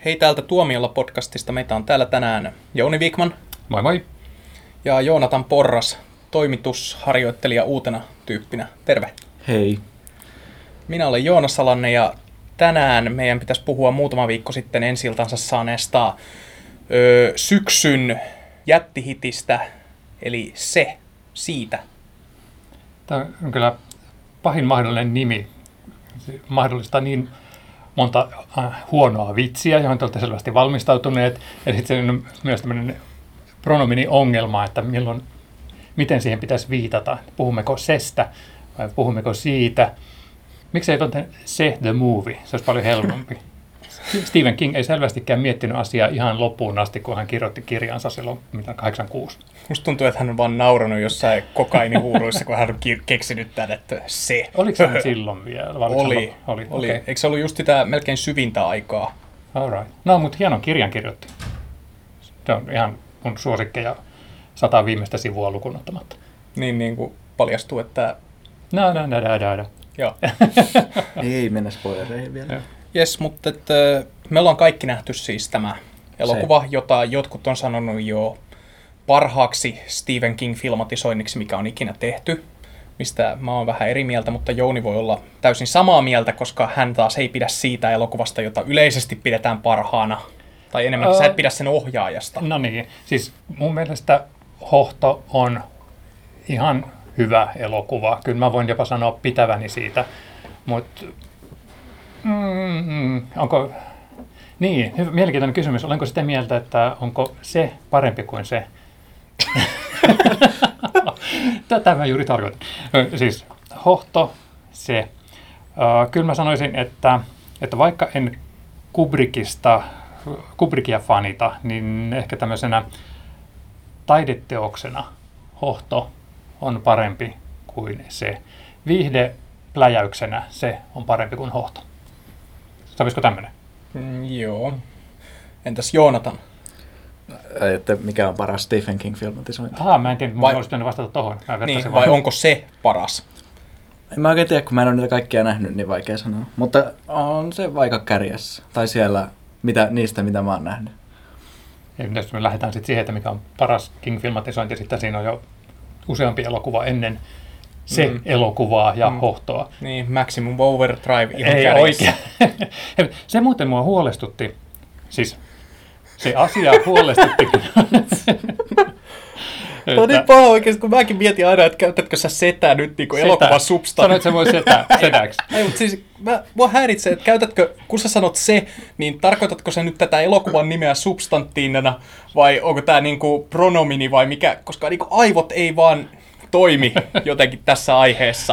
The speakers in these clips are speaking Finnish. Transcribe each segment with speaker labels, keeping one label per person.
Speaker 1: Hei täältä Tuomiolla podcastista. Meitä on täällä tänään Jouni Vikman.
Speaker 2: Moi moi.
Speaker 1: Ja Joonatan Porras, toimitusharjoittelija uutena tyyppinä. Terve.
Speaker 3: Hei.
Speaker 1: Minä olen Joonas Salanne ja tänään meidän pitäisi puhua muutama viikko sitten ensi-iltansa saaneesta syksyn jättihitistä, eli siitä.
Speaker 2: Tämä on kyllä pahin mahdollinen nimi. Se mahdollistaa niin monta huonoa vitsiä, johon te olette selvästi valmistautuneet. Ja sitten se on myös tämmöinen pronomini-ongelma, että miten siihen pitäisi viitata. Puhummeko sestä vai puhummeko siitä? Miksei otan se the movie? Se olisi paljon helpompi. Stephen King ei selvästikään miettinyt asiaa ihan loppuun asti, kun hän kirjoitti kirjansa silloin 86.
Speaker 1: Musta tuntuu, että hän on vaan nauranut jossain kokainihuuruissa, kun hän on keksinyt tämän, että se.
Speaker 2: Oliko hän silloin vielä?
Speaker 1: Oli.
Speaker 2: Okay.
Speaker 1: Eikö se ollut just sitä melkein syvintä aikaa?
Speaker 2: All right. No, mutta hienon kirjan kirjoitti. Se on ihan mun suosikkeja 100 viimeistä sivua lukuun ottamatta.
Speaker 1: Niin kuin paljastuu, että...
Speaker 2: No.
Speaker 1: Joo.
Speaker 3: Ei mennä spoilereihin vielä.
Speaker 1: Jes, mutta me ollaan kaikki nähty siis tämä elokuva, jota jotkut on sanonut jo parhaaksi Stephen King-filmatisoinniksi, mikä on ikinä tehty, mistä mä oon vähän eri mieltä, mutta Jouni voi olla täysin samaa mieltä, koska hän taas ei pidä siitä elokuvasta, jota yleisesti pidetään parhaana, tai enemmänkin sä et pidä sen ohjaajasta.
Speaker 2: No niin, siis mun mielestä Hohto on ihan hyvä elokuva. Kyllä mä voin jopa sanoa pitäväni siitä, mutta onko... Niin, mielenkiintoinen kysymys. Olenko sitä mieltä, että onko se parempi kuin se? Tätä mä juuri tarkoitan. Siis Hohto, se. Kyllä mä sanoisin, että vaikka en Kubrickia fanita, niin ehkä tämmöisenä taideteoksena Hohto on parempi kuin se. Viihdepläjäyksenä se on parempi kuin Hohto. Sopisiko tämmöinen?
Speaker 1: Joo. Entäs Joonatan?
Speaker 3: Että mikä on paras Stephen King-filmatisointi?
Speaker 2: Mä en tiedä, mä olisi pitänyt vastata tohon.
Speaker 1: Niin, vai onko se paras?
Speaker 3: En mä oikein tiedä, kun mä en ole niitä kaikkia nähnyt, niin vaikea sanoa. Mutta on se vaikka kärjessä. Tai siellä niistä, mitä mä oon nähnyt.
Speaker 2: Ja jos me lähdetään sitten siihen, että mikä on paras King-filmatisointi, sitten siinä on jo useampi elokuva ennen elokuvaa ja Hohtoa.
Speaker 1: Niin, Maximum Overdrive ihan
Speaker 2: ei
Speaker 1: kärjessä.
Speaker 2: Oikein. Se muuten mua huolestutti. Siis se asia huolestutti.
Speaker 1: Tämä on niin paha oikeasti, kun mäkin mietin aina, että käytätkö sä setää nyt niin elokuvan substanssia.
Speaker 2: Sanoit, että se voi setäksi.
Speaker 1: Ei, mutta siis mua häiritsee, että käytätkö, kun sä sanot se, niin tarkoitatko sä nyt tätä elokuvan nimeä substanttiinena, vai onko tämä niinku pronomini vai mikä, koska niinku aivot ei vaan toimi jotenkin tässä aiheessa.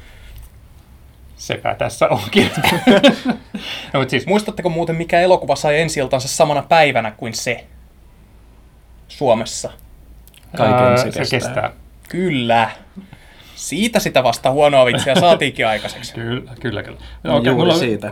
Speaker 2: Sepä tässä onkin. No, mutta siis,
Speaker 1: muistatteko muuten, mikä elokuva sai ensi-iltansa samana päivänä kuin se Suomessa?
Speaker 3: Kaiken
Speaker 2: se kestää.
Speaker 1: Kyllä. Siitä sitä vasta huonoa vitsiä saatiinkin aikaiseksi.
Speaker 2: Kyllä.
Speaker 3: Okay, juuri siitä.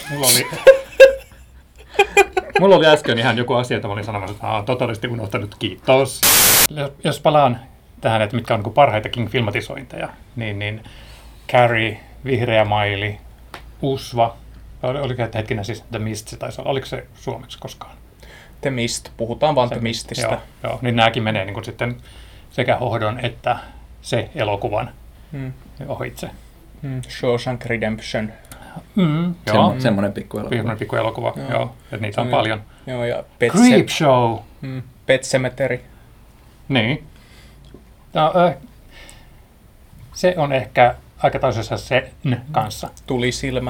Speaker 2: Mulla oli äsken ihan joku asia, että mä olin sanomassa, että olen totaalisesti unohtanut. Kiitos. Jos palaan tähän, että mitkä on niin parhaita King-filmatisointeja, niin Carrie, Vihreä maili, Usva, oliko hetkinen siis The Mist, se taisi olla, oliko se suomeksi koskaan?
Speaker 1: The Mist, puhutaan vaan The Mististä.
Speaker 2: Joo, niin nämäkin menee niin kuin sitten sekä Hohdon että se elokuvan ohitse.
Speaker 1: Shawshank Redemption.
Speaker 3: Semmoinen pikkuelokuva.
Speaker 2: Joo, että niitä on paljon.
Speaker 1: Joo, ja
Speaker 2: Creepshow.
Speaker 1: Pet Sematary.
Speaker 2: Niin. No, se on ehkä aika toisessa sen kanssa.
Speaker 1: Tulisilmä.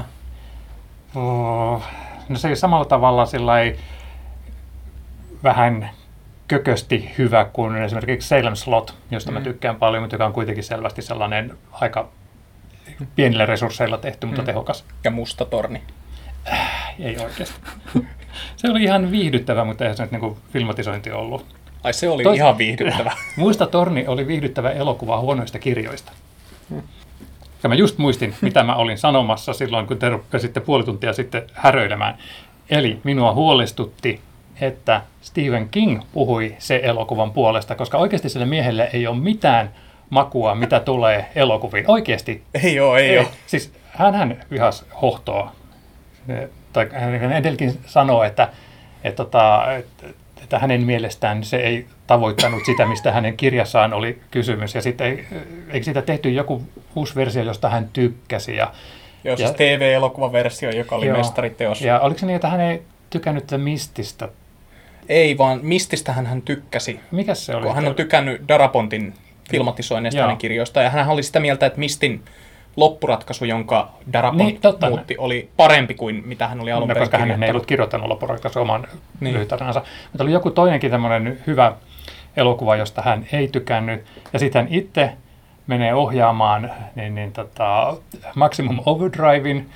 Speaker 2: No se ei samalla tavalla sillai vähän kökösti hyvä kuin esimerkiksi Salem Slot, josta mä tykkään paljon, mutta joka on kuitenkin selvästi sellainen aika pienillä resursseilla tehty, mutta tehokas.
Speaker 1: Ja Musta torni.
Speaker 2: Ei oikeasti. Se oli ihan viihdyttävä, mutta eihän se nyt niin filmatisointi ollut.
Speaker 1: Ai se oli ihan viihdyttävä.
Speaker 2: Musta torni oli viihdyttävä elokuva huonoista kirjoista. Ja mä just muistin, mitä mä olin sanomassa silloin, kun te rupeasitte puoli tuntia sitten häröilemään. Eli minua huolestutti, että Stephen King puhui se elokuvan puolesta, koska oikeasti sille miehelle ei ole mitään makua, mitä tulee elokuviin. Oikeasti.
Speaker 1: Ei ole.
Speaker 2: Siis hänhän vihasi Hohtoa. Tai hän edelläkin sanoo, että että hänen mielestään se ei tavoittanut sitä, mistä hänen kirjassaan oli kysymys. Ja sitten eikö siitä tehty joku uusi versio, josta hän tykkäsi?
Speaker 1: Joo, siis TV-elokuvaversio, joka oli mestariteos.
Speaker 2: Ja oliko se niin, että hän ei tykännyt The Mististä?
Speaker 1: Ei, vaan Mististähän hän tykkäsi.
Speaker 2: Mikäs se oli?
Speaker 1: Hän on tykännyt Darapontin filmatisoinneista hänen kirjoista, ja hän oli sitä mieltä, että Mistin loppuratkaisu, jonka Darabont muutti, oli parempi kuin mitä hän oli alun perin
Speaker 2: koska hän ei ollut kirjoittanut loppuratkaisu oman lyhytarinansa. Mutta oli joku toinenkin tämmöinen hyvä elokuva, josta hän ei tykännyt, ja sitten hän itse menee ohjaamaan Maximum Overdriven.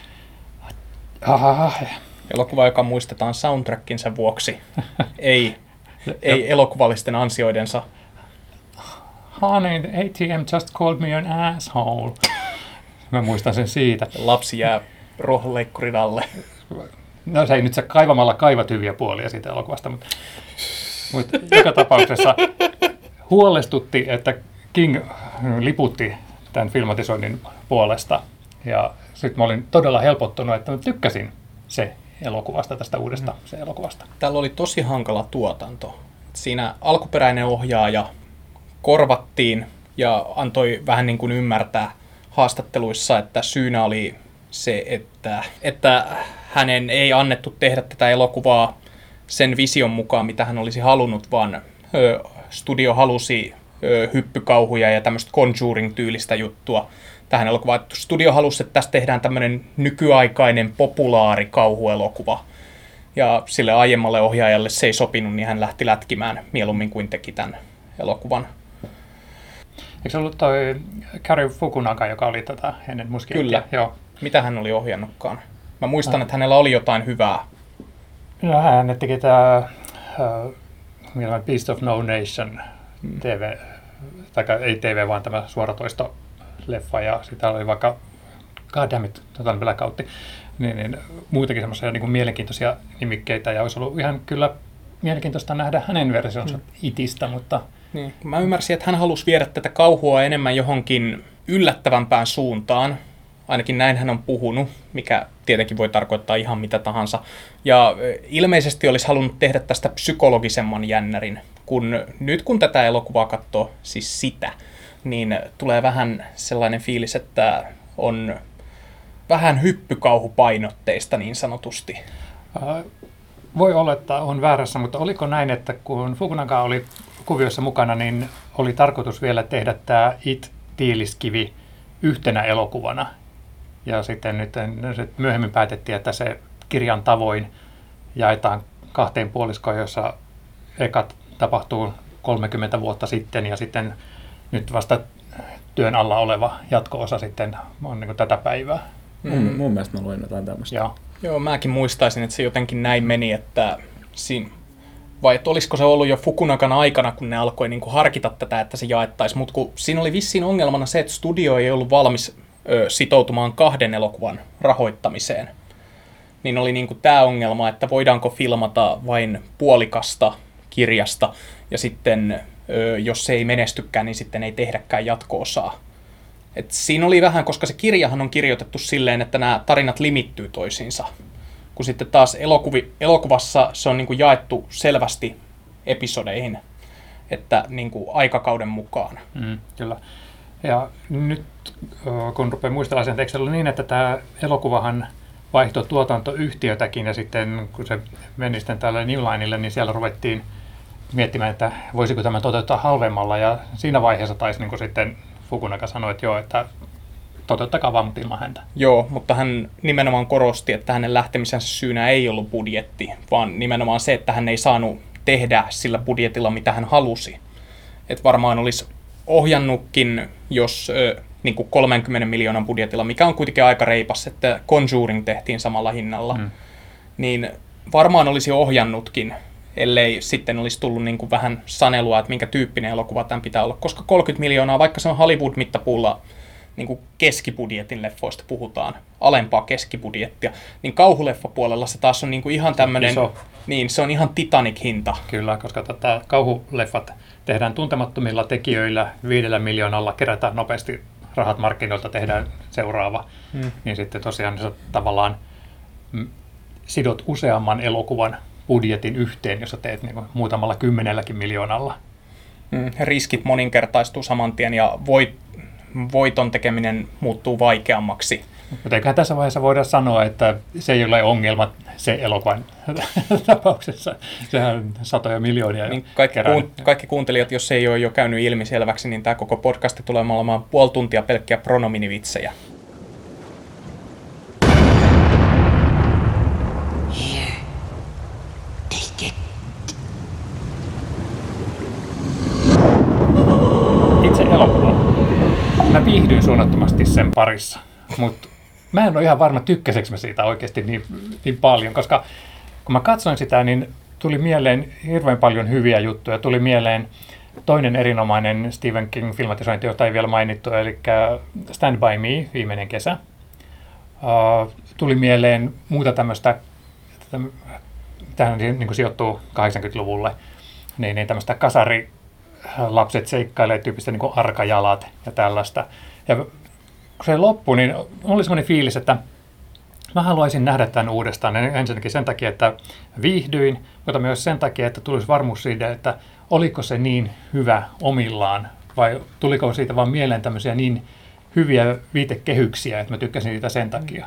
Speaker 1: Elokuva, joka muistetaan soundtrackinsa vuoksi, ei elokuvallisten ansioidensa.
Speaker 2: Honey, the ATM just called me an asshole. Mä muistan sen siitä.
Speaker 1: Lapsi jää ruohonleikkurin alle.
Speaker 2: No se ei nyt se kaivamalla kaivat hyviä puolia siitä elokuvasta, mutta joka tapauksessa huolestutti, että King liputti tämän filmatisoinnin puolesta. Ja sitten mä olin todella helpottunut, että mä tykkäsin tästä uudesta elokuvasta.
Speaker 1: Täällä oli tosi hankala tuotanto. Siinä alkuperäinen ohjaaja korvattiin ja antoi vähän niin kuin ymmärtää haastatteluissa, että syynä oli se, että hänen ei annettu tehdä tätä elokuvaa sen vision mukaan, mitä hän olisi halunnut, vaan studio halusi hyppykauhuja ja tämmöistä Conjuring-tyylistä juttua tähän elokuvaan. Studio halusi, että tästä tehdään tämmöinen nykyaikainen populaari kauhuelokuva. Ja sille aiemmalle ohjaajalle se ei sopinut, niin hän lähti lätkimään mieluummin kuin teki tämän elokuvan.
Speaker 2: Eikö se ollut toi Cary Fukunaga, joka oli tätä ennen musiikkia?
Speaker 1: Kyllä.
Speaker 2: Joo.
Speaker 1: Mitä hän oli ohjannutkaan? Mä muistan, että hänellä oli jotain hyvää.
Speaker 2: No, hän teki tämä Beast of No Nation TV, tai ei TV, vaan tämä suoratoistoleffa, ja sitä oli vaikka Goddammit, Blackoutti, niin muitakin semmoisia niin kuin mielenkiintoisia nimikkeitä, ja olisi ollut ihan kyllä mielenkiintoista nähdä hänen versionsa itistä, mutta...
Speaker 1: Niin. Mä ymmärsin, että hän halusi viedä tätä kauhua enemmän johonkin yllättävämpään suuntaan. Ainakin näin hän on puhunut, mikä tietenkin voi tarkoittaa ihan mitä tahansa. Ja ilmeisesti olisi halunnut tehdä tästä psykologisemman jännärin. Nyt kun tätä elokuvaa katsoo, siis sitä, niin tulee vähän sellainen fiilis, että on vähän hyppykauhupainotteista niin sanotusti.
Speaker 2: Voi olla, että on väärässä, mutta oliko näin, että kun Fukunaga oli kuvioissa mukana, niin oli tarkoitus vielä tehdä tämä It-tiiliskivi yhtenä elokuvana. Ja sitten nyt myöhemmin päätettiin, että se kirjan tavoin jaetaan kahteen puoliskoon, jossa ekat tapahtuu 30 vuotta sitten ja sitten nyt vasta työn alla oleva jatko-osa sitten on niin kuin tätä päivää.
Speaker 3: Mun mielestä mä luin jotain tämmöistä.
Speaker 1: Joo, mäkin muistaisin, että se jotenkin näin meni, että vai että olisiko se ollut jo Fukunagan aikana, kun ne alkoi niin kuin harkita tätä, että se jaettaisiin, mutta kun siinä oli vissiin ongelmana se, että studio ei ollut valmis sitoutumaan 2 elokuvan rahoittamiseen, niin oli niin kuin tämä ongelma, että voidaanko filmata vain puolikasta kirjasta, ja sitten jos se ei menestykään, niin sitten ei tehdäkään jatko-osaa. Et siinä oli vähän, koska se kirjahan on kirjoitettu silleen, että nämä tarinat limittyy toisiinsa. Kun sitten taas elokuvassa se on niin kuin jaettu selvästi episodeihin, että niin kuin aikakauden mukaan.
Speaker 2: Kyllä. Ja nyt kun rupeaa muistella sen, eikö se ollut niin, että tämä elokuvahan vaihtoi tuotantoyhtiötäkin ja sitten kun se meni sitten tälle New Linelle, niin siellä ruvettiin miettimään, että voisiko tämä toteuttaa halvemmalla ja siinä vaiheessa taisi niin kuin sitten Fukunaga sanoi, että joo, että toteuttakaa vaan ilman häntä.
Speaker 1: Joo, mutta hän nimenomaan korosti, että hänen lähtemisensä syynä ei ollut budjetti, vaan nimenomaan se, että hän ei saanut tehdä sillä budjetilla, mitä hän halusi. Että varmaan olisi ohjannutkin, jos niin kuin 30 miljoonan budjetilla, mikä on kuitenkin aika reipas, että Conjuring tehtiin samalla hinnalla, niin varmaan olisi ohjannutkin, ellei sitten olisi tullut niin kuin vähän sanelua, että minkä tyyppinen elokuva tämän pitää olla. Koska 30 miljoonaa, vaikka se on Hollywood-mittapuulla niin kuin keskibudjetin leffoista puhutaan, alempaa keskibudjettia, niin kauhuleffapuolella se taas on niin kuin ihan tämmöinen, niin se on ihan Titanic-hinta.
Speaker 2: Kyllä, koska kauhuleffat tehdään tuntemattomilla tekijöillä, 5 miljoonalla kerätään nopeasti rahat markkinoilta, tehdään seuraava, niin sitten tosiaan sä tavallaan sidot useamman elokuvan budjetin yhteen, jos sä teet niin kuin muutamalla 10 miljoonalla.
Speaker 1: Riskit moninkertaistuu saman tien ja voiton tekeminen muuttuu vaikeammaksi.
Speaker 2: Mutta eiköhän tässä vaiheessa voida sanoa, että se ei ole ongelma se elokuvan tapauksessa. Sehän on satoja miljoonia.
Speaker 1: Niin kaikki kuuntelijat, jos se ei ole jo käynyt ilmiselväksi, niin tämä koko podcasti tulee olemaan puoli tuntia pelkkiä pronominivitsejä.
Speaker 2: Itse elokuva. Mä viihdyin suunnattomasti sen parissa, mutta mä en ole ihan varma, tykkäseekö mä siitä oikeasti niin paljon, koska kun mä katsoin sitä, niin tuli mieleen hirveän paljon hyviä juttuja. Tuli mieleen toinen erinomainen Stephen King-filmatisointi, jota ei vielä mainittu, eli Stand By Me, viimeinen kesä. Tuli mieleen muuta tämmöistä, tähän niin kuin sijoittuu 80-luvulle, niin tämmöistä kasarilapset seikkailee tyyppistä niin kuin arkajalat ja tällaista. Ja kun se loppui, niin oli semmoinen fiilis, että mä haluaisin nähdä tämän uudestaan. Ensinnäkin sen takia, että viihdyin, mutta myös sen takia, että tulisi varmuus siitä, että oliko se niin hyvä omillaan, vai tuliko siitä vaan mieleen tämmöisiä niin hyviä viitekehyksiä, että mä tykkäsin siitä sen takia.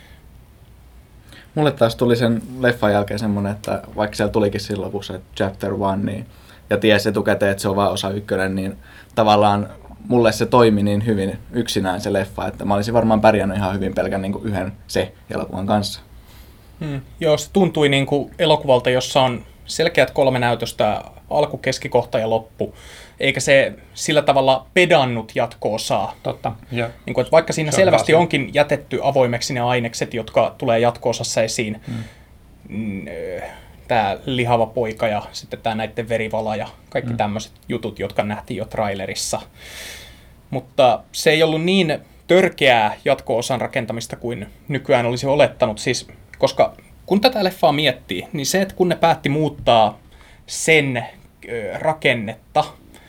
Speaker 3: Mulle taas tuli sen leffan jälkeen semmoinen, että vaikka siellä tulikin silloin lopussa chapter 1, niin, ja tiesi etukäteen, että se on vaan osa 1, niin tavallaan mulle se toimi niin hyvin yksinään se leffa, että mä olisin varmaan pärjännyt ihan hyvin pelkän niin kuin yhden elokuvan kanssa.
Speaker 1: Joo, se tuntui niin kuin elokuvalta, jossa on selkeät 3 näytöstä, alku, keskikohta ja loppu, eikä se sillä tavalla pedannut jatko-osaa.
Speaker 2: Totta. Ja
Speaker 1: niin kuin, että vaikka siinä selvästi onkin jätetty avoimeksi ne ainekset, jotka tulee jatko-osassa esiin, tämä lihava poika ja sitten tämä näiden verivala ja kaikki tämmöiset jutut, jotka nähtiin jo trailerissa. Mutta se ei ollut niin törkeää jatko-osan rakentamista kuin nykyään olisi olettanut, siis, koska kun tätä leffaa miettii, niin se, että kun ne päätti muuttaa sen rakennetta,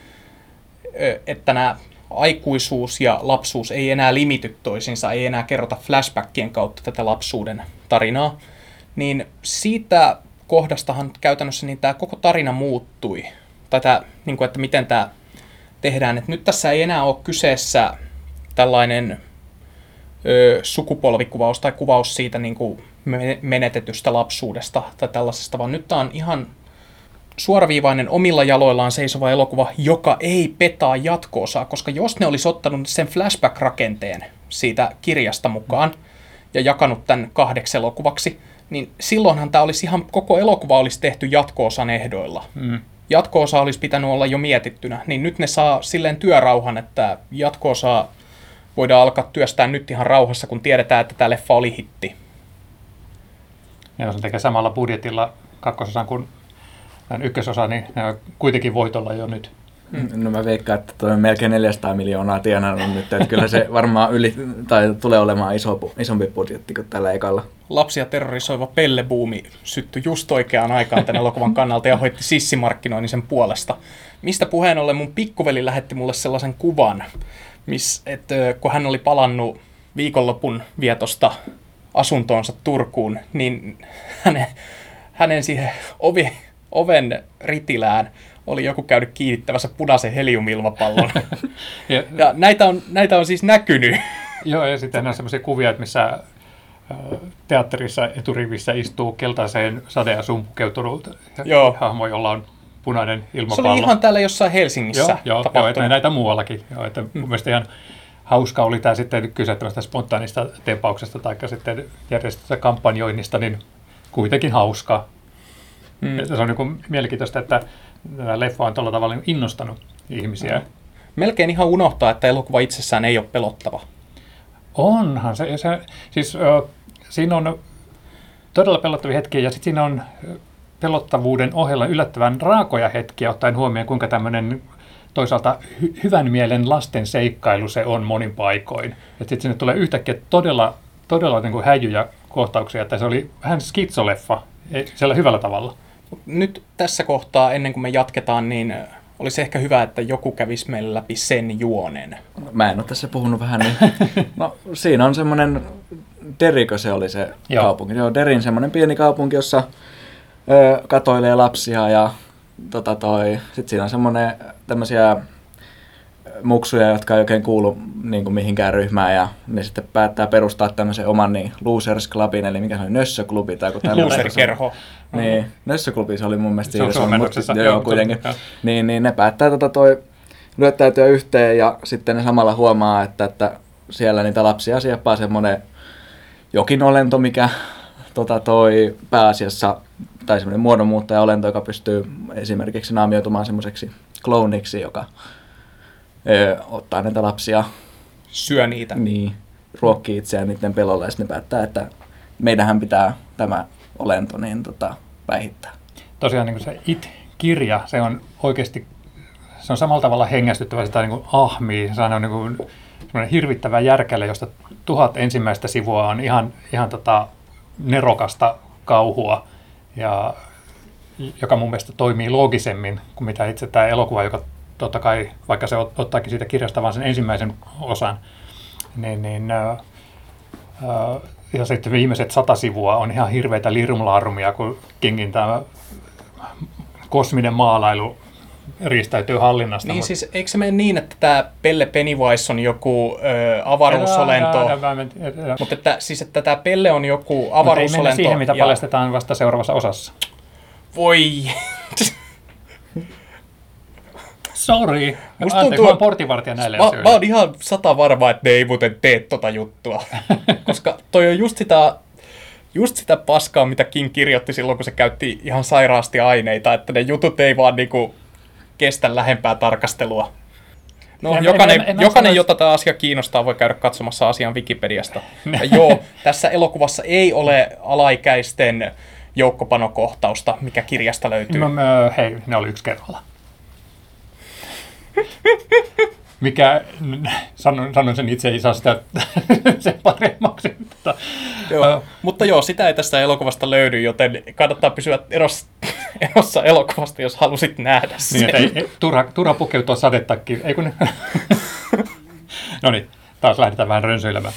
Speaker 1: että nämä aikuisuus ja lapsuus ei enää limity toisiinsa, ei enää kerrota flashbackien kautta tätä lapsuuden tarinaa, niin siitä kohdastahan käytännössä niin tämä koko tarina muuttui. Tai tämä, niin kuin, että miten tämä tehdään. Että nyt tässä ei enää ole kyseessä tällainen sukupolvikuvaus tai kuvaus siitä niin kuin menetetystä lapsuudesta tai tällaisesta, vaan nyt tämä on ihan suoraviivainen omilla jaloillaan seisova elokuva, joka ei petaa jatko-osaa, koska jos ne olisi ottanut sen flashback-rakenteen siitä kirjasta mukaan ja jakanut tämän 2 elokuvaksi, niin silloinhan tämä olisi ihan, koko elokuva olisi tehty jatko-osan ehdoilla. Jatko-osa olisi pitänyt olla jo mietittynä, niin nyt ne saa silleen työrauhan, että jatko-osaa voidaan alkaa työstää nyt ihan rauhassa, kun tiedetään, että tämä leffa oli hitti.
Speaker 2: Ja jos ne tekee samalla budjetilla 2. kuin 1. niin ne on kuitenkin voitolla jo nyt.
Speaker 3: No mä veikkaan, että tuo on melkein 400 miljoonaa tienannut nyt, että kyllä se varmaan tulee olemaan isompi budjetti kuin tällä ekalla.
Speaker 1: Lapsia terrorisoiva pellebuumi syttyi just oikeaan aikaan tämän elokuvan kannalta ja hoitti sissimarkkinoinnin sen puolesta. Mistä puheen ollen mun pikkuveli lähetti mulle sellaisen kuvan, että kun hän oli palannut viikonlopun vietosta asuntoonsa Turkuun, niin hänen siihen oven ritilään oli joku käynyt kiinnittävässä punaisen heliumilmapallon. ja näitä on siis näkynyt.
Speaker 2: Joo, ja sitten on sellaisia kuvia, että missä teatterissa eturivissä istuu keltaiseen sadeasuun pukeutunut hahmo, jolla on punainen ilmapallo.
Speaker 1: Se oli ihan täällä jossain Helsingissä
Speaker 2: tapahtunut. Joo, näitä muuallakin. Joo, että mun mielestä ihan hauska oli tämä sitten kyse tämmöistä spontaanista tempauksesta tai sitten järjestetystä kampanjoinnista, niin kuitenkin hauskaa. Se on niin mielenkiintoista, että leffa on tuolla tavalla innostanut ihmisiä.
Speaker 1: Melkein ihan unohtaa, että elokuva itsessään ei ole pelottava.
Speaker 2: Onhan se. Siis siinä on todella pelottavia hetkiä ja sitten siinä on pelottavuuden ohella yllättävän raakoja hetkiä, ottaen huomioon, kuinka tämmöinen toisaalta hyvän mielen lasten seikkailu se on monin paikoin. Sitten sinne tulee yhtäkkiä todella niin kuin häijyjä kohtauksia, että se oli vähän skitsoleffa, siellä hyvällä tavalla.
Speaker 1: Nyt tässä kohtaa, ennen kuin me jatketaan, niin olisi ehkä hyvä, että joku kävisi meille läpi sen juonen.
Speaker 3: Mä en ole tässä puhunut vähän, niin no siinä on semmoinen, Derrikö se oli se kaupunki? Joo, Derin semmoinen pieni kaupunki, jossa katoilee lapsia ja sitten siinä on semmoinen tämmöisiä muksuja, jotka ei oikein kuulu niin kuin mihinkään ryhmään ja ne sitten päättää perustaa tämmöisen oman Losers Clubin, eli mikä se oli, Nössöklubi tai joku
Speaker 1: Loser-kerho.
Speaker 3: Niin, Nössöklubi se oli mun mielestä.
Speaker 2: Se on suomennoksessa.
Speaker 3: Joo, kuitenkin. Niin ne päättää lyöttäytyä yhteen ja sitten ne samalla huomaa, että siellä niitä lapsia sieppaa semmoinen jokin olento, mikä pääasiassa, tai semmoinen muodonmuuttaja-olento, joka pystyy esimerkiksi naamioitumaan semmoiseksi klooniksi, joka ottaa näitä lapsia.
Speaker 1: Syö niitä.
Speaker 3: Niin, ruokkii itseään niiden pelolla ja sitten ne päättää, että meidänhän pitää tämä olento päihittää.
Speaker 2: Tosiaan niin se It-kirja, se on oikeasti, se on samalla tavalla hengästyttävä, sitä niin kuin ahmii, se on niin kuin semmoinen hirvittävä järkäle, josta 1000 ensimmäistä sivua on ihan nerokasta kauhua, ja joka mun mielestä toimii loogisemmin kuin mitä itse tämä elokuva, joka totta kai, vaikka se ottaakin siitä kirjasta vaan sen ensimmäisen osan, ja sitten viimeiset 100 sivua on ihan hirveitä lirumlaarumia, kun Kingin tämä kosminen maalailu riistäytyy hallinnasta.
Speaker 1: Niin siis eikö se mene niin, että tämä Pelle Pennywise on joku avaruusolento, mutta että tämä Pelle on joku avaruusolento.
Speaker 2: Mutta ei mennä siihen, mitä paljastetaan vasta seuraavassa osassa.
Speaker 1: Voi!
Speaker 2: Sori. Anteeksi, mä oon portinvartija näille asioille.
Speaker 1: Mä oon ihan 100 varma, että ne ei muuten tee tota juttua. Koska toi on just sitä paskaa, mitä King kirjoitti silloin, kun se käytti ihan sairaasti aineita, että ne jutut ei vaan niinku kestä lähempää tarkastelua. No, jokainen, jota tämä asia kiinnostaa, voi käydä katsomassa asian Wikipediasta. Ja joo, tässä elokuvassa ei ole alaikäisten joukkopanokohtausta, mikä kirjasta löytyy.
Speaker 2: Hei, ne oli yksi kerralla. Mikä, sanon sen itse, ei saa sitä sen paremmaksi.
Speaker 1: Mutta joo, sitä ei tästä elokuvasta löydy, joten kannattaa pysyä erossa elokuvasta, jos halusit nähdä sen.
Speaker 2: Niin, ei, turha pukeutua sadetakkiin. No niin, taas lähdetään vähän rönsyilemään.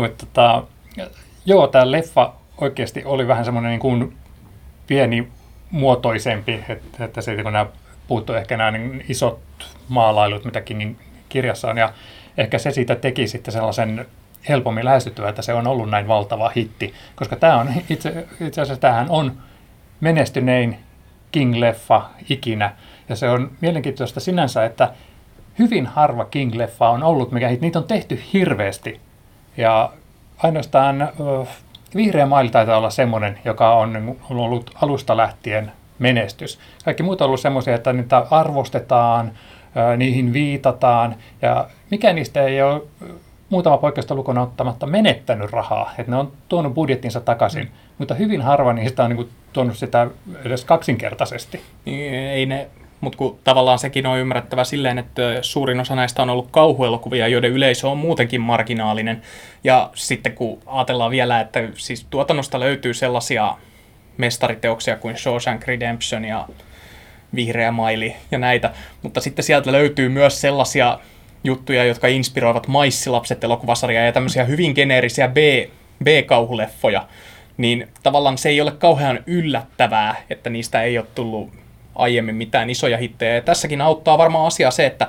Speaker 2: Joo, tämä leffa oikeasti oli vähän semmoinen niin kuin pienimuotoisempi, että siitä kun nämä puuttui ehkä nämä niin isot maalailut, mitä Kingin kirjassa on, ja ehkä se siitä teki sitten sellaisen helpommin lähestyttävää, että se on ollut näin valtava hitti, koska tämä on itse asiassa tämähän on menestynein King-leffa ikinä, ja se on mielenkiintoista sinänsä, että hyvin harva King-leffa on ollut, niitä on tehty hirveästi, ja ainoastaan Vihreä maili taitaa olla semmoinen, joka on ollut alusta lähtien menestys. Kaikki muut on ollut semmoisia, että niitä arvostetaan, niihin viitataan, ja mikä niistä ei ole muutama poikkeusta lukuun ottamatta menettänyt rahaa, että ne on tuonut budjettinsa takaisin, mutta hyvin harva niistä on niin kuin tuonut sitä edes kaksinkertaisesti.
Speaker 1: Ei ne, mutta kun tavallaan sekin on ymmärrettävä silleen, että suurin osa näistä on ollut kauhuelokuvia, joiden yleisö on muutenkin marginaalinen, ja sitten kun ajatellaan vielä, että siis tuotannosta löytyy sellaisia mestariteoksia kuin Shawshank Redemption ja Vihreä maili ja näitä, mutta sitten sieltä löytyy myös sellaisia juttuja, jotka inspiroivat Maissilapset-elokuvasarjaa ja tämmöisiä hyvin geneerisiä B-kauhuleffoja, niin tavallaan se ei ole kauhean yllättävää, että niistä ei ole tullut aiemmin mitään isoja hittejä. Ja tässäkin auttaa varmaan asiaa se, että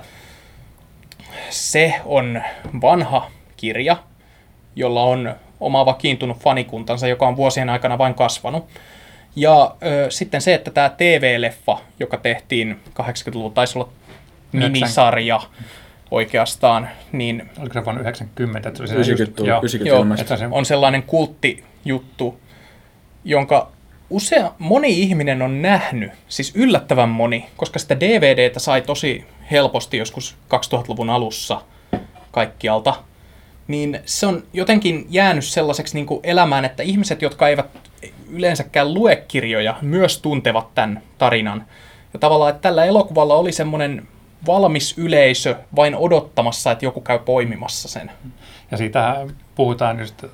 Speaker 1: se on vanha kirja, jolla on oma vakiintunut fanikuntansa, joka on vuosien aikana vain kasvanut. Ja sitten se, että tämä TV-leffa, joka tehtiin 80-luvulla, taisi olla minisarja oikeastaan, niin...
Speaker 2: Oliko se vuonna 90? Että se
Speaker 3: 90
Speaker 1: on sellainen kulttijuttu, jonka moni ihminen on nähnyt, siis yllättävän moni, koska sitä DVDtä sai tosi helposti joskus 2000-luvun alussa kaikkialta, niin se on jotenkin jäänyt sellaiseksi niin kuin elämään, että ihmiset, jotka eivät yleensäkään lue kirjoja, myös tuntevat tämän tarinan. Ja tavallaan, että tällä elokuvalla oli semmoinen valmis yleisö vain odottamassa, että joku käy poimimassa sen.
Speaker 2: Ja siitä puhutaan just,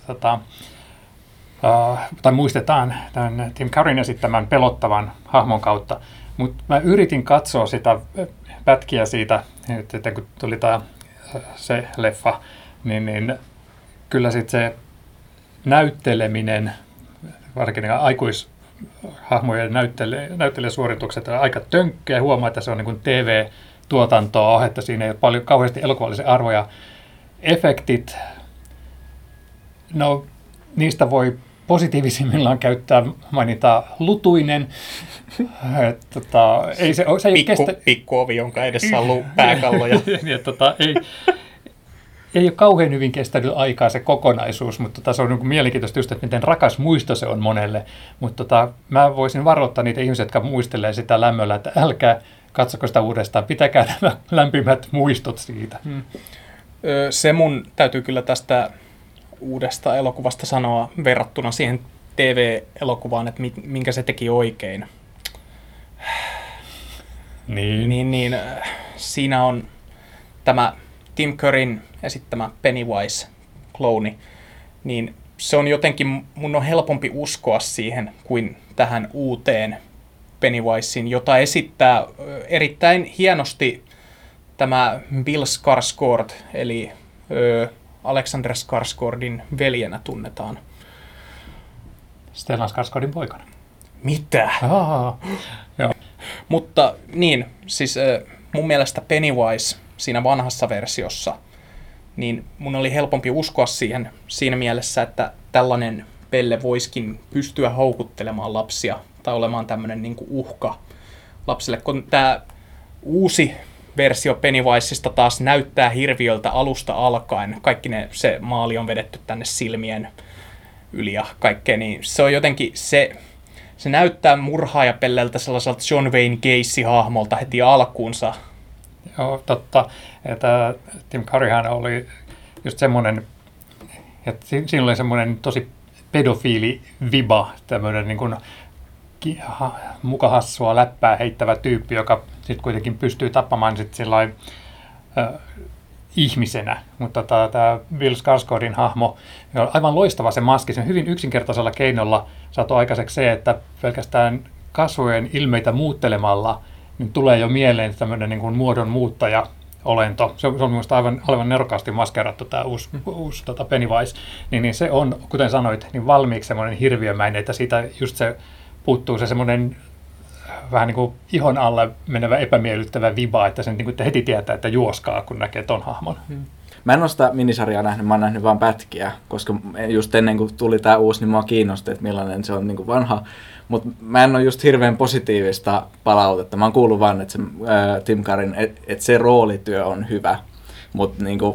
Speaker 2: tai muistetaan tämän Tim Curryn esittämän pelottavan hahmon kautta. Mutta mä yritin katsoa sitä pätkiä siitä, että kun tuli se leffa, niin kyllä sitten se näytteleminen, varsinkin hahmojen näyttelijäsuoritukset on aika tönkkeä. Huomaa, että se on niin kuin TV-tuotantoa, että siinä ei ole paljon kauheasti elokuvallisia arvoja. Efektit, no niistä voi positiivisimmillaan käyttää mainintaa lutuinen. Ei se ei kestä...
Speaker 1: Pikkuovi, jonka edessä on ollut pääkalloja.
Speaker 2: Ei ole kauhean hyvin kestänyt aikaa se kokonaisuus, mutta se on niin mielenkiintoista just, että miten rakas muisto se on monelle. Mutta mä voisin varoittaa niitä ihmisiä, jotka muistelee sitä lämmöllä, että älkää katsoko sitä uudestaan, pitäkää nämä lämpimät muistot siitä.
Speaker 1: Se mun täytyy kyllä tästä uudesta elokuvasta sanoa verrattuna siihen TV-elokuvaan, että minkä se teki oikein. Niin, siinä on tämä Tim Curryn esittämä Pennywise-klooni, niin se on jotenkin, mun on helpompi uskoa siihen kuin tähän uuteen Pennywiseen, jota esittää erittäin hienosti tämä Bill Skarsgård, eli Alexander Skarsgårdin veljenä tunnetaan.
Speaker 2: Stellan Skarsgårdin poikana.
Speaker 1: Mitä?
Speaker 2: Joo.
Speaker 1: Mutta niin, siis mun mielestä Pennywise siinä vanhassa versiossa, niin mun oli helpompi uskoa siihen siinä mielessä, että tällainen pelle voisikin pystyä houkuttelemaan lapsia tai olemaan tämmöinen niin kuin uhka lapsille, kun tämä uusi versio Pennywiseista taas näyttää hirviöltä alusta alkaen. Se maali on vedetty tänne silmien yli ja kaikkea, niin se on jotenkin, se näyttää murhaajapelleltä sellaiselta John Wayne Gacy-hahmolta heti alkuunsa.
Speaker 2: Joo, totta. Että Tim Curryhän oli just semmoinen, että siinä oli semmoinen tosi pedofiili-viba, tämmöinen niin kuin mukahassua läppää heittävä tyyppi, joka sitten kuitenkin pystyy tappamaan sitten sillain ihmisenä. Mutta tämä Bill Skarsgårdin hahmo on aivan loistava se maski. Se on hyvin yksinkertaisella keinolla saatu aikaiseksi se, että pelkästään kasvojen ilmeitä muuttelemalla niin tulee jo mieleen tämmöinen niin kuin muodon muuttaja-olento. Se on minusta aivan nerokkaasti maskerattu tämä uusi Pennywise. Niin se on, kuten sanoit, niin valmiiksi semmoinen hirviömäinen, että siitä just se puuttuu se semmoinen vähän niin kuin ihon alle menevä epämiellyttävä viba, että sen niin kuin heti tietää, että juoskaa, kun näkee ton hahmon.
Speaker 3: Mä en ole sitä minisarjaa nähnyt, mä oon nähnyt vaan pätkiä, koska just ennen kuin tuli tää uusi, niin mua kiinnosti, että millainen se on niin kuin vanha. Mutta mä en ole just hirveän positiivista palautetta. Mä oon kuullut vaan, että se, Tim Curryn, että se roolityö on hyvä. Mutta niinku,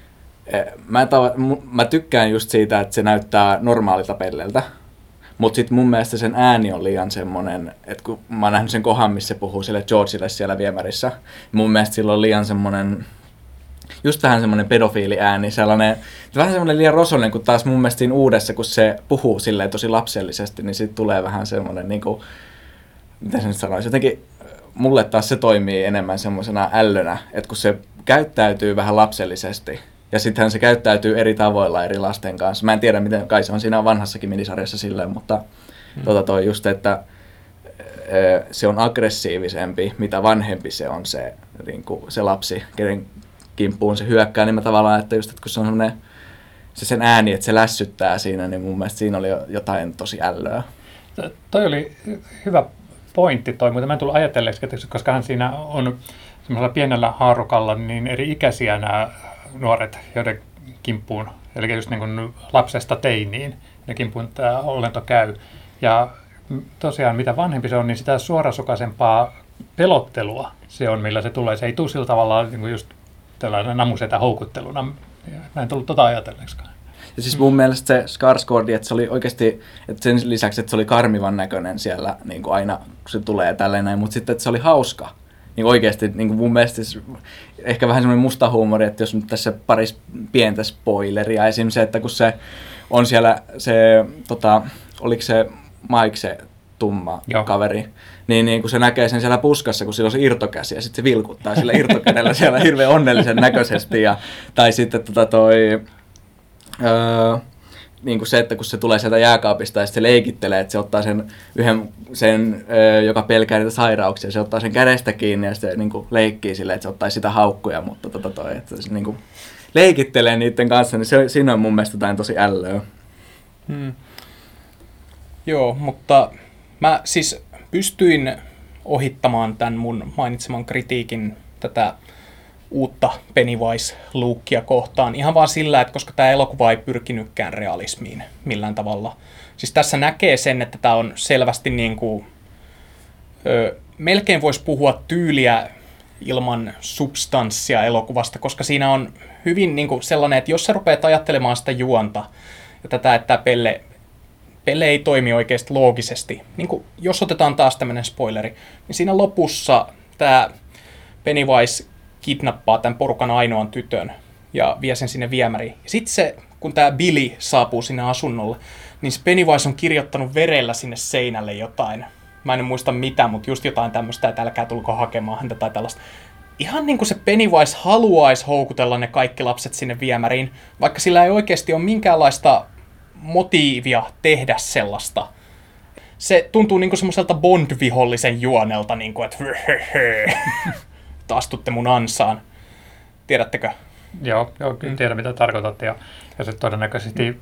Speaker 3: mä tykkään just siitä, että se näyttää normaalilta pelleltä. Mutta sitten mun mielestä sen ääni on liian semmoinen, että kun mä oon nähnyt sen kohan, missä se puhuu sille Georgelle siellä viemärissä, mun mielestä sillä on liian semmoinen, just vähän semmoinen pedofiiliääni, vähän semmoinen liian rosoinen, kun taas mun mielestä siinä uudessa, kun se puhuu silleen tosi lapsellisesti, niin siitä tulee vähän semmoinen, niin kuin, mitä se nyt sanoisi, jotenkin mulle taas se toimii enemmän semmoisena ällönä, että kun se käyttäytyy vähän lapsellisesti, ja sittenhän se käyttäytyy eri tavoilla eri lasten kanssa. Mä en tiedä, miten kai se on siinä vanhassakin minisarjassa silleen, mutta toi just, että se on aggressiivisempi, mitä vanhempi se on se lapsi, kenen kimppuun se hyökkää, niin mä tavallaan, että just, että kun se on semmoinen, se sen ääni, että se lässyttää siinä, niin mun mielestä siinä oli jotain tosi ällöä.
Speaker 2: Toi oli hyvä pointti toi, mutta mä en tullut ajatelleeksi, koska hän siinä on semmoisella pienellä haarukalla niin eri ikäisiä nämä nuoret, joiden kimppuun, eli just niin kuin lapsesta teiniin, ne kimppuun tämä olento käy. Ja tosiaan mitä vanhempi se on, niin sitä suorasukaisempaa pelottelua se on, millä se tulee. Se ei tule sillä tavalla niin kuin just tällainen namusetä houkutteluna. Mä en tullut ajatelleeksikaan.
Speaker 3: Ja siis mun mielestä se Skarsgård, että se oli oikeasti, että sen lisäksi, että se oli karmivan näköinen siellä niin kuin aina, kun se tulee tälleen näin, mutta sitten, että se oli hauska. Niin oikeasti niin kuin mun mielestä ehkä vähän semmoinen musta huumori, että jos nyt tässä paris pientä spoileria, esimerkiksi se, että kun se on siellä se, oliko se Mike se tumma kaveri, niin kun se näkee sen siellä puskassa, kun sillä on se irtokäsi ja sitten se vilkuttaa sillä irtokädellä siellä hirveän onnellisen näköisesti. Tai sitten niin kuin se, että kun se tulee sieltä jääkaapista ja se leikittelee, että se ottaa sen joka pelkää niitä sairauksia, se ottaa sen kädestä kiinni ja se niin kuin leikkii silleen, että se ottaisi sitä haukkuja, mutta että se niin kuin leikittelee niiden kanssa, niin siinä on mun mielestä jotain tosi ällöä.
Speaker 1: Joo, mutta Mä siis pystyin ohittamaan tämän mun mainitseman kritiikin tätä uutta Pennywise-luukkia kohtaan ihan vaan sillä, että koska tämä elokuva ei pyrkinytkään realismiin millään tavalla. Siis tässä näkee sen, että tämä on selvästi niin kuin, melkein voisi puhua tyyliä ilman substanssia elokuvasta, koska siinä on hyvin niin kuin sellainen, että jos sä rupeat ajattelemaan sitä juonta ja tätä, että pelle ei toimi oikeasti loogisesti, niin kuin, jos otetaan taas tämmöinen spoileri, niin siinä lopussa tämä Pennywise kidnappaa tämän porukan ainoan tytön ja vie sen sinne viemäriin. Sitten se, kun tämä Billy saapuu sinne asunnolle, niin se Pennywise on kirjoittanut verellä sinne seinälle jotain. Mä en muista mitä, mutta just jotain tämmöistä, että älkää tulko hakemaan häntä tai tällaista. Ihan niin kuin se Pennywise haluaisi houkutella ne kaikki lapset sinne viemäriin, vaikka sillä ei oikeasti ole minkäänlaista motiivia tehdä sellaista. Se tuntuu niin kuin semmoiselta Bond-vihollisen juonelta, niin kuin, että astutte mun ansaan. Tiedättekö?
Speaker 2: Joo, kyllä tiedän mitä tarkoitat. Ja se todennäköisesti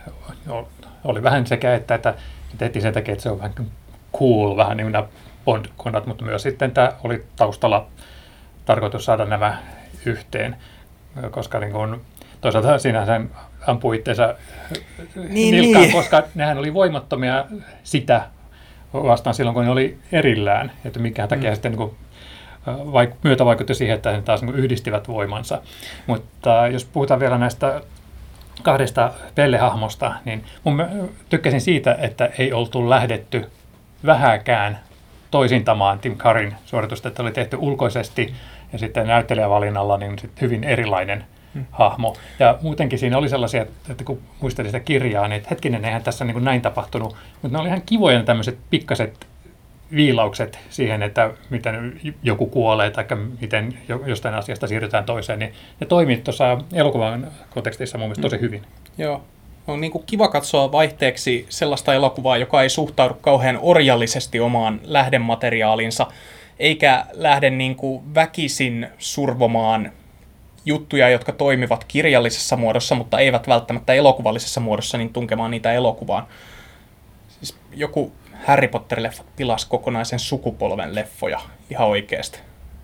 Speaker 2: oli vähän sekä, että tehtiin sen takia, että se on vähän cool, vähän niin kuin nämä Bond-kondat, mutta myös sitten tämä oli taustalla tarkoitus saada nämä yhteen, koska niin kuin, toisaalta siinä sen ampui itseensä nilkkaan, koska nehän oli voimattomia sitä vastaan silloin, kun ne oli erillään, että minkään takia sitten niin kuin, myötä vaikutti siihen, että he taas niin kuin yhdistivät voimansa. Mutta jos puhutaan vielä näistä kahdesta Pelle-hahmosta, niin tykkäsin siitä, että ei oltu lähdetty vähäkään toisintamaan Tim Curryn suoritusta, että oli tehty ulkoisesti ja sitten näyttelijävalinnalla niin hyvin erilainen hahmo. Ja muutenkin siinä oli sellaisia, että kun muistelin sitä kirjaa, niin että hetkinen, eihän tässä niin kuin näin tapahtunut, mutta ne oli ihan kivoja ne tämmöiset pikkaset viilaukset siihen, että miten joku kuolee tai miten jostain asiasta siirrytään toiseen, niin ne toimii tuossa elokuvan kontekstissa mun mielestä tosi hyvin.
Speaker 1: Joo. On niin kuin kiva katsoa vaihteeksi sellaista elokuvaa, joka ei suhtaudu kauhean orjallisesti omaan lähdemateriaalinsa, eikä lähde niin kuin väkisin survomaan juttuja, jotka toimivat kirjallisessa muodossa, mutta eivät välttämättä elokuvallisessa muodossa, niin tunkemaan niitä elokuvaan. Siis joku Harry Potter-leffat pilasi kokonaisen sukupolven leffoja ihan oikeasti.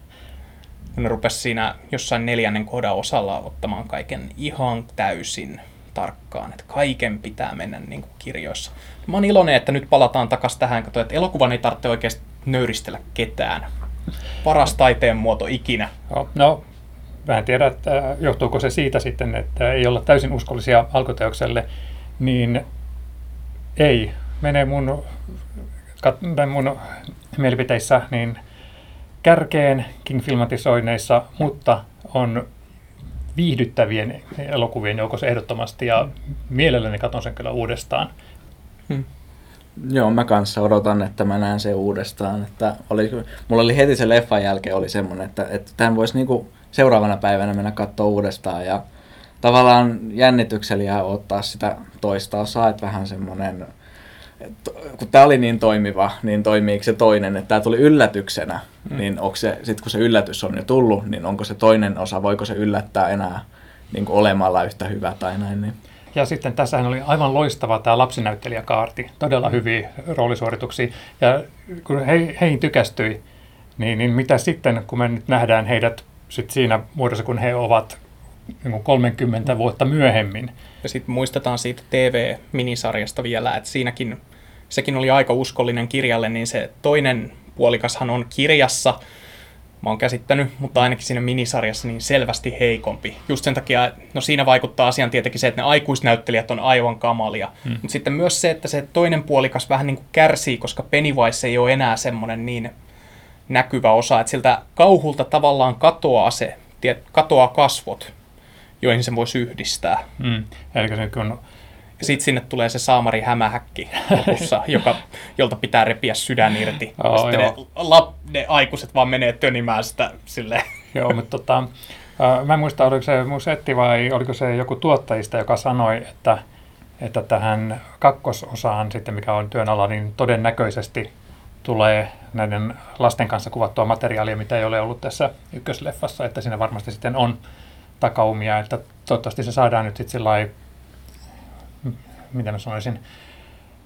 Speaker 1: Ne rupesi siinä jossain 4. kohdan osalla ottamaan kaiken ihan täysin tarkkaan, että kaiken pitää mennä niin kuin kirjoissa. Mä oon iloinen, että nyt palataan takaisin tähän, että elokuvan ei tarvitse oikeasti nöyristellä ketään. Paras taiteen muoto ikinä.
Speaker 2: No, mä en tiedä, että johtuuko se siitä sitten, että ei olla täysin uskollisia alkuteokselle, niin ei. Menee mun mielipiteissä niin kärkeen King-filmatisoinneissa, mutta on viihdyttävien elokuvien joukossa ehdottomasti ja mielelläni katson sen kyllä uudestaan.
Speaker 3: Joo, mä kanssa odotan, että mä näen sen uudestaan. Että mulla oli heti se leffan jälkeen oli semmoinen, että tämän voisi niinku seuraavana päivänä mennä katsoa uudestaan ja tavallaan jännityksellä jää ottaa sitä toista osaa, että vähän semmoinen, kun tämä oli niin toimiva, niin toimiiko se toinen, että tämä tuli yllätyksenä, niin onko se, sit kun se yllätys on jo tullut, niin onko se toinen osa, voiko se yllättää enää niin kuin olemalla yhtä hyvä tai näin. Niin.
Speaker 2: Ja sitten tässähän oli aivan loistava tämä lapsinäyttelijäkaarti, todella hyviä roolisuorituksia, ja kun heihin tykästyi, niin mitä sitten, kun me nyt nähdään heidät sit siinä muodossa, kun he ovat niin 30 vuotta myöhemmin.
Speaker 1: Ja sitten muistetaan siitä TV-minisarjasta vielä, että sekin oli aika uskollinen kirjalle, niin se toinen puolikashan on kirjassa, mä oon käsittänyt, mutta ainakin siinä minisarjassa niin selvästi heikompi. Just sen takia, no siinä vaikuttaa asiaan tietenkin se, että ne aikuisnäyttelijät on aivan kamalia. Mutta sitten myös se, että se toinen puolikas vähän niin kuin kärsii, koska Pennywise ei ole enää semmoinen niin näkyvä osa, että siltä kauhulta tavallaan katoaa kasvot, joihin se voisi yhdistää.
Speaker 2: Eli se kun...
Speaker 1: Sitten sinne tulee se saamari hämähäkki lopussa, jolta pitää repiä sydän irti. Sitten ne aikuiset vaan menee tönimään sitä silleen.
Speaker 2: Joo, mutta mä en muista, oliko se Musetti vai oliko se joku tuottajista, joka sanoi, että tähän kakkososaan, sitten, mikä on työn alla, niin todennäköisesti tulee näiden lasten kanssa kuvattua materiaalia, mitä ei ole ollut tässä ykkösleffassa, että siinä varmasti sitten on takaumia, että toivottavasti se saadaan nyt sitten sillai, mitä mä sanoisin,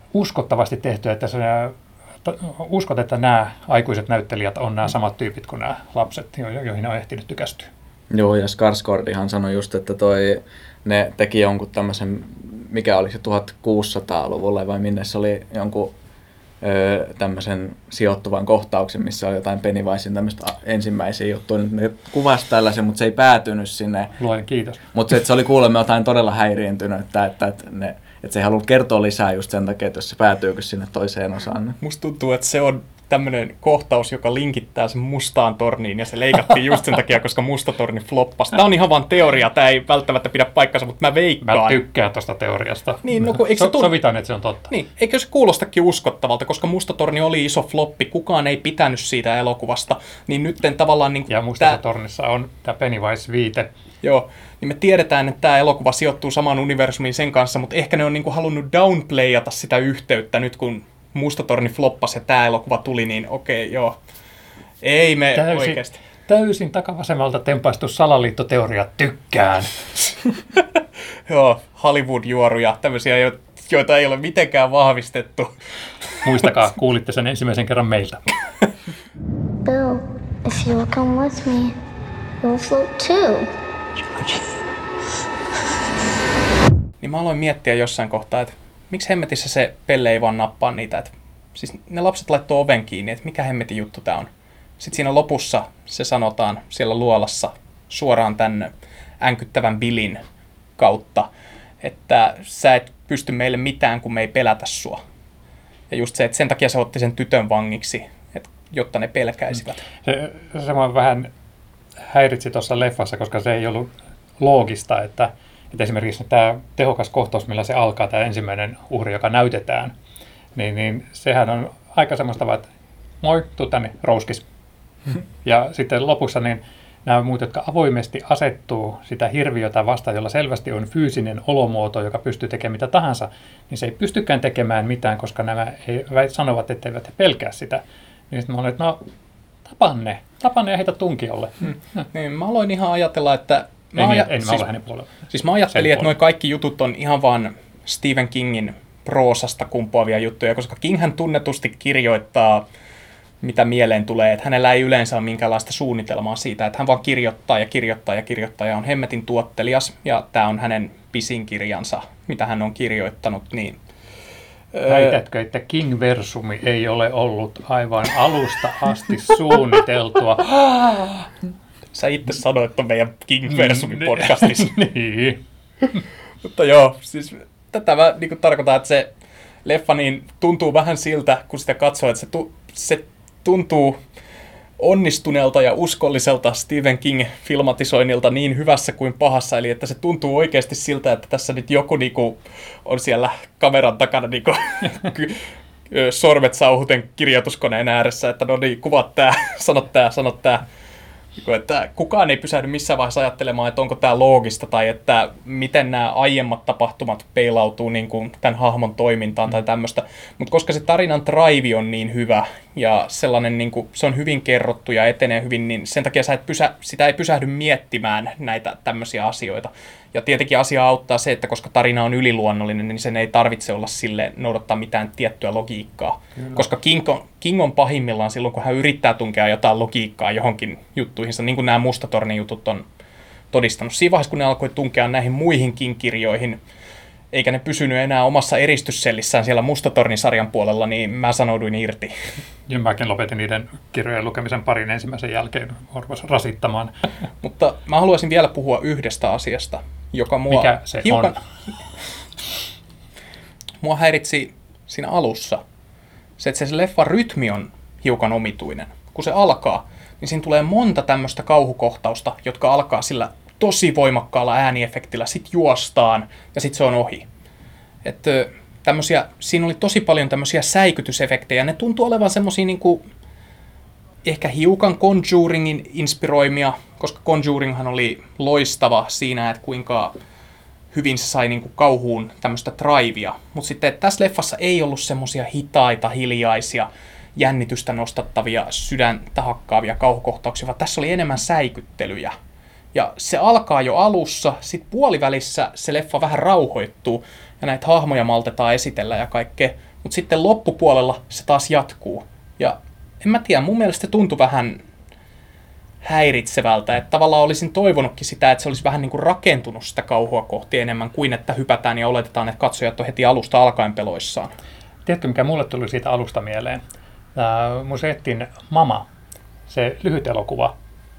Speaker 2: uskottavasti tehty, että uskot, että nämä aikuiset näyttelijät on nämä samat tyypit kuin nämä lapset, joihin on ehtinyt tykästyä.
Speaker 3: Joo, ja Skarsgårdihan sanoi just, että ne teki jonkun tämmöisen, mikä oli se 1600-luvulle vai minne se oli jonkun tämmöisen sijoittuvan kohtauksen, missä oli jotain Pennywisein tämmöistä ensimmäisiä juttuja. Ne kuvasi tällaisen, mutta se ei päätynyt sinne.
Speaker 2: Luen kiitos.
Speaker 3: Mutta se oli kuulemma jotain todella häiriintynyt, että se ei halunnut kertoa lisää just sen takia, että jos se päätyykö sinne toiseen osaan.
Speaker 1: Musta tuntuu, että se on tämmöinen kohtaus, joka linkittää sen mustaan torniin, ja se leikattiin just sen takia, koska musta torni floppasi. Tämä on ihan vaan teoria, tämä ei välttämättä pidä paikkansa, mutta mä veikkaan.
Speaker 2: Mä tykkään tuosta teoriasta.
Speaker 1: Niin, no, eikö se
Speaker 2: sovitaan, että se on totta.
Speaker 1: Niin, eikö se kuulostakin uskottavalta, koska musta torni oli iso floppi, kukaan ei pitänyt siitä elokuvasta, niin nytten tavallaan... Niin
Speaker 2: ja mustassa tornissa on tämä Pennywise-viite.
Speaker 1: Joo, niin me tiedetään, että tämä elokuva sijoittuu samaan universumiin sen kanssa, mutta ehkä ne on niinku halunnut downplayata sitä yhteyttä nyt, kun Musta torni floppasi ja tämä elokuva tuli, niin okei, joo. Ei me oikeasti.
Speaker 2: Täysin takavasemmalta tempaistu salaliittoteoria, tykkään.
Speaker 1: Joo, Hollywood-juoruja, tämmöisiä, joita ei ole mitenkään vahvistettu.
Speaker 2: Muistakaa, kuulitte sen ensimmäisen kerran meiltä.
Speaker 4: Bill, if you will come with me, you'll float too.
Speaker 1: Niin mä aloin miettiä jossain kohtaa, että miksi hemmetissä se Pelle ei vaan nappaa niitä, että siis ne lapset laittoi oven kiinni, että mikä hemmetin juttu tää on. Sitten siinä lopussa se sanotaan siellä luolassa suoraan tän änkyttävän Billin kautta, että sä et pysty meille mitään, kun me ei pelätä sua. Ja just se, että sen takia se otti sen tytön vangiksi, että, jotta ne pelkäisivät.
Speaker 2: Se mua vähän häiritsi tuossa leffassa, koska se ei ollut loogista, että esimerkiksi tämä tehokas kohtaus, millä se alkaa, tämä ensimmäinen uhri, joka näytetään, niin sehän on aika semmoista vaan, että moi, tuu tänne, rouskis. Ja sitten lopussa niin nämä muut, jotka avoimesti asettuu sitä hirviötä vastaan, jolla selvästi on fyysinen olomuoto, joka pystyy tekemään mitä tahansa, niin se ei pystykään tekemään mitään, koska nämä sanovat, etteivät he pelkää sitä. Niin sitten mä olin, että no, tapan ne ja heitä tunkiolle.
Speaker 1: Niin, mä aloin ihan ajatella, että...
Speaker 2: Mä ole hänen puolella.
Speaker 1: Siis mä ajattelin, että noi kaikki jutut on ihan vaan Stephen Kingin proosasta kumpuavia juttuja, koska Kinghän tunnetusti kirjoittaa, mitä mieleen tulee, että hänellä ei yleensä ole minkäänlaista suunnitelmaa siitä, että hän vaan kirjoittaa ja kirjoittaa ja kirjoittaa ja on hemmetin tuottelias, ja tämä on hänen pisin kirjansa, mitä hän on kirjoittanut, niin...
Speaker 2: Väitätkö, että King-versumi ei ole ollut aivan alusta asti suunniteltua?
Speaker 1: Sä itse sanoit, että on meidän King-versumi-podcastissa.
Speaker 2: Niin.
Speaker 1: Mutta joo, siis tätä mä niin tarkoitan, että se leffa niin tuntuu vähän siltä, kun sitä katsoo, että se tuntuu onnistuneelta ja uskolliselta Stephen King-filmatisoinnilta niin hyvässä kuin pahassa, eli että se tuntuu oikeasti siltä, että tässä nyt joku niinku on siellä kameran takana niinku sormet sauhuten kirjoituskoneen ääressä, että no niin, kuvat tää, sano tää. Että kukaan ei pysähdy missään vaiheessa ajattelemaan, että onko tämä loogista tai että miten nämä aiemmat tapahtumat peilautuu niin kuin tämän hahmon toimintaan tai tämmöistä. Mutta koska se tarinan drive on niin hyvä ja sellainen, niin kuin, se on hyvin kerrottu ja etenee hyvin, niin sen takia sitä ei pysähdy miettimään näitä tämmöisiä asioita. Ja tietenkin asiaa auttaa se, että koska tarina on yliluonnollinen, niin sen ei tarvitse olla sille noudattaa mitään tiettyä logiikkaa. Kyllä. Koska King on pahimmillaan silloin, kun hän yrittää tunkea jotain logiikkaa johonkin juttuihinsa, niin kuin nämä Mustatornin jutut on todistanut. Siinä vaiheessa, kun ne alkoi tunkea näihin muihinkin kirjoihin, eikä ne pysynyt enää omassa eristyssellissään siellä Mustatornin-sarjan puolella, niin mä sanouduin irti.
Speaker 2: Ja mäkin lopetin niiden kirjojen lukemisen parin ensimmäisen jälkeen, rupesi rasittamaan.
Speaker 1: Mutta mä haluaisin vielä puhua yhdestä asiasta, joka
Speaker 2: mikä se hiukan on?
Speaker 1: Mua häiritsi siinä alussa se, että se leffan rytmi on hiukan omituinen. Kun se alkaa, niin siinä tulee monta tämmöistä kauhukohtausta, jotka alkaa sillä tosi voimakkaalla ääniefektillä, sit juostaan ja sit se on ohi. Että siinä oli tosi paljon tämmöisiä säikytysefektejä, ne tuntuu olevan semmosia niinku ehkä hiukan Conjuringin inspiroimia, koska Conjuringhan oli loistava siinä, että kuinka hyvin se sai niinku kauhuun tämmöistä drivea. Mutta sitten tässä leffassa ei ollut semmosia hitaita, hiljaisia, jännitystä nostattavia, sydäntä hakkaavia kauhukohtauksia, vaan tässä oli enemmän säikyttelyjä. Ja se alkaa jo alussa, sitten puolivälissä se leffa vähän rauhoittuu, ja näitä hahmoja maltetaan esitellä ja kaikkea. mutta sitten loppupuolella se taas jatkuu. Ja en mä tiedä, mun mielestä se tuntui vähän häiritsevältä, että tavallaan olisin toivonutkin sitä, että se olisi vähän niin kuin rakentunut sitä kauhua kohti enemmän kuin että hypätään ja oletetaan, että katsojat on heti alusta alkaen peloissaan.
Speaker 2: Tiedätkö, mikä mulle tuli siitä alusta mieleen? Museettin Mama, se lyhyt elokuva.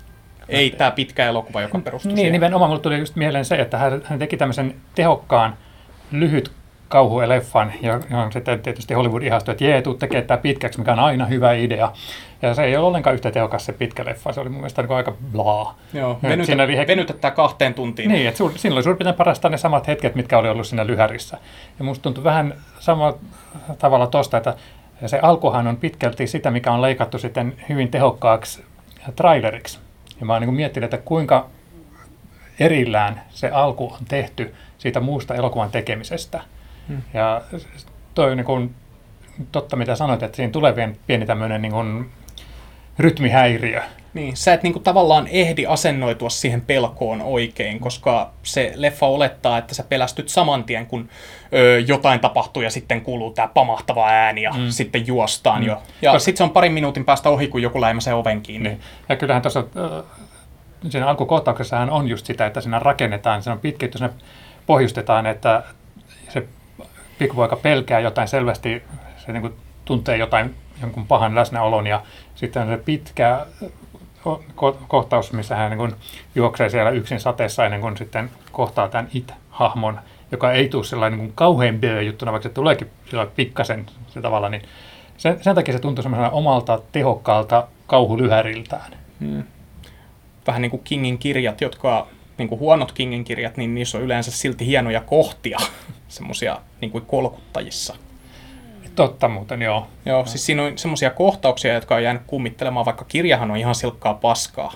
Speaker 1: Ei tämä pitkä elokuva, joka perustuu
Speaker 2: Niin,
Speaker 1: siihen.
Speaker 2: nimenomaan mulle tuli just mieleen se, että hän teki tämmöisen tehokkaan lyhyt kauhueleffan, johon sitten tietysti Hollywood ihastui, että jee, tuu tekemään tämä pitkäksi, mikä on aina hyvä idea. Ja se ei ole ollenkaan yhtä tehokas se pitkä leffa, se oli mun mielestä niin aika blaa.
Speaker 1: Joo, venytetään 2 tuntiin.
Speaker 2: Niin, että siinä oli suurin piirtein parastaan ne samat hetket, mitkä oli ollut siinä lyhärissä. Ja musta tuntui vähän samalla tavalla tosta, että se alkuhan on pitkälti sitä, mikä on leikattu sitten hyvin tehokkaaksi traileriksi. Ja mä oon niin miettinyt, että kuinka erillään se alku on tehty siitä muusta elokuvan tekemisestä. Ja toi niin kuin, totta mitä sanoit, että siinä tulee pieni tämmöinen niin kuin rytmihäiriö.
Speaker 1: Niin, sä et niinku tavallaan ehdi asennoitua siihen pelkoon oikein, koska se leffa olettaa, että sä pelästyt saman tien, kun jotain tapahtuu ja sitten kuuluu tää pamahtava ääni ja sitten juostaan jo. Ja sitten se on 2 minuutin päästä ohi, kun joku läimäsee oven kiinni.
Speaker 2: Niin. Ja kyllähän tuossa siinä alkukohtauksessahan on just sitä, että siinä rakennetaan, siinä on pitkitty, siinä pohjustetaan, että se pikkupoika pelkää jotain selvästi, se niin kuin tuntee jonkun pahan läsnäolon ja sitten on se pitkä kohtaus, missä hän niin kuin juoksee siellä yksin sateessa ennen kuin sitten kohtaa tämän It-hahmon, joka ei tule sellainen niin kuin kauhean B-juttuna, vaikka se tuleekin pikkasen se tavalla, niin sen takia se tuntuu semmoisena omalta tehokkaalta kauhulyhäriltään.
Speaker 1: Vähän niin kuin Kingin kirjat, jotka niin kuin huonot Kingin kirjat, niin niissä on yleensä silti hienoja kohtia, semmoisia niin kuin kolkuttajissa.
Speaker 2: Totta muuten, joo.
Speaker 1: Joo, siis siinä on semmoisia kohtauksia, jotka on jäänyt kummittelemaan, vaikka kirjahan on ihan silkkaa paskaa.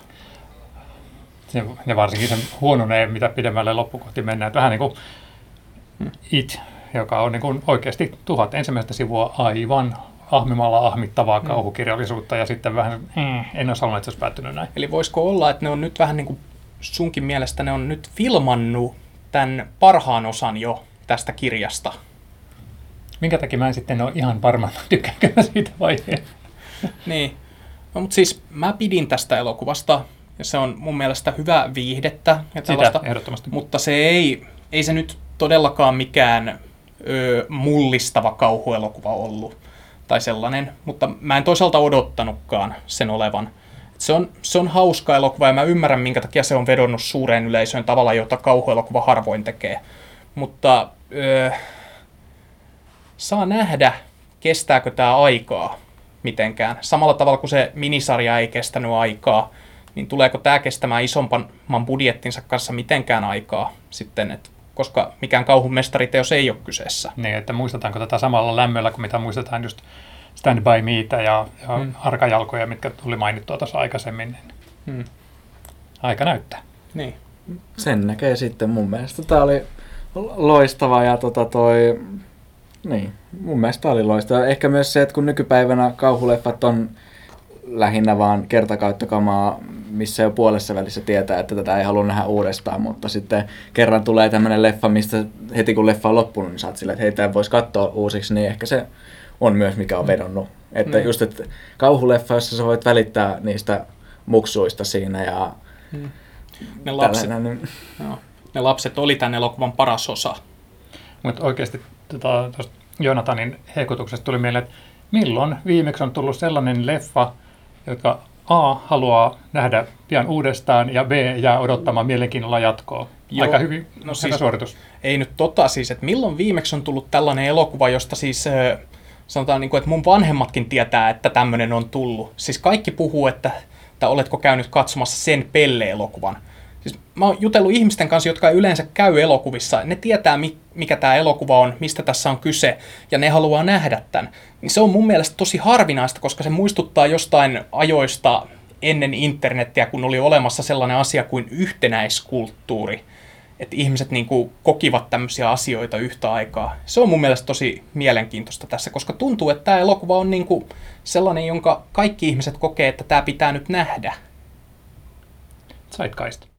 Speaker 2: Ja varsinkin sen huononee, mitä pidemmälle loppukohti mennään. Että vähän niin kuin It, joka on niin kuin oikeasti 1000 ensimmäistä sivua aivan ahmimalla ahmittavaa kauhukirjallisuutta, ja sitten vähän, en olisi halunnut, että se olisi päättynyt näin.
Speaker 1: Eli voisiko olla, että ne on nyt vähän niin kuin sunkin mielestä, ne on nyt filmannut tämän parhaan osan jo tästä kirjasta?
Speaker 2: Minkä takia mä en sitten ole ihan varma, tykkäänkö mä siitä vai ei?
Speaker 1: Niin, no, mutta siis mä pidin tästä elokuvasta, ja se on mun mielestä hyvää viihdettä ja tällaista,
Speaker 2: ehdottomasti.
Speaker 1: mutta se ei se nyt todellakaan mikään mullistava kauhuelokuva ollut tai sellainen, mutta mä en toisaalta odottanutkaan sen olevan. Se on hauska elokuva ja mä ymmärrän, minkä takia se on vedonnut suureen yleisöön tavalla, jota kauhuelokuva harvoin tekee, mutta saa nähdä, kestääkö tämä aikaa mitenkään. Samalla tavalla kuin se minisarja ei kestänyt aikaa, niin tuleeko tämä kestämään isomman budjettinsa kanssa mitenkään aikaa sitten, koska mikään kauhun mestariteos ei ole kyseessä.
Speaker 2: Niin, että muistetaanko tätä samalla lämmöllä kuin mitä muistetaan just Stand By Meitä ja Arkajalkoja, mitkä tuli mainittua tuossa aikaisemmin. Aika näyttää.
Speaker 1: Niin.
Speaker 3: Sen näkee sitten mun mielestä. Tämä oli loistava ja niin, mun mielestä tämä oli loistava. Ehkä myös se, että kun nykypäivänä kauhuleffat on lähinnä vaan kertakauttokamaa, missä jo puolessa välissä tietää, että tätä ei halua nähdä uudestaan, mutta sitten kerran tulee tämmöinen leffa, mistä heti kun leffa on loppunut, niin sä oot silleen, että hei, tämä voisi katsoa uusiksi, niin ehkä se on myös mikä on vedonnut. Että just, että kauhuleffa, jossa sä voit välittää niistä muksuista siinä ja
Speaker 1: ne lapset oli tämän elokuvan paras osa.
Speaker 2: Mutta oikeasti tuosta Joonatanin hehkutuksesta tuli mieleen, että milloin viimeksi on tullut sellainen leffa, joka A. haluaa nähdä pian uudestaan ja B. jää odottamaan mielenkiinnolla jatkoa. Aika hyvin
Speaker 1: siis,
Speaker 2: suoritus.
Speaker 1: Ei nyt siis, että milloin viimeksi on tullut tällainen elokuva, josta siis sanotaan, niin kuin, että mun vanhemmatkin tietää, että tämmöinen on tullut. Siis kaikki puhuu, että oletko käynyt katsomassa sen Pelle-elokuvan. Siis mä oon jutellut ihmisten kanssa, jotka ei yleensä käy elokuvissa. Ne tietää, mikä tämä elokuva on, mistä tässä on kyse, ja ne haluaa nähdä tämän. Niin se on mun mielestä tosi harvinaista, koska se muistuttaa jostain ajoista ennen internettiä, kun oli olemassa sellainen asia kuin yhtenäiskulttuuri. Että ihmiset niin kuin kokivat tämmöisiä asioita yhtä aikaa. Se on mun mielestä tosi mielenkiintoista tässä, koska tuntuu, että tämä elokuva on niin kuin sellainen, jonka kaikki ihmiset kokee, että tämä pitää nyt nähdä.
Speaker 2: Zeitgeist.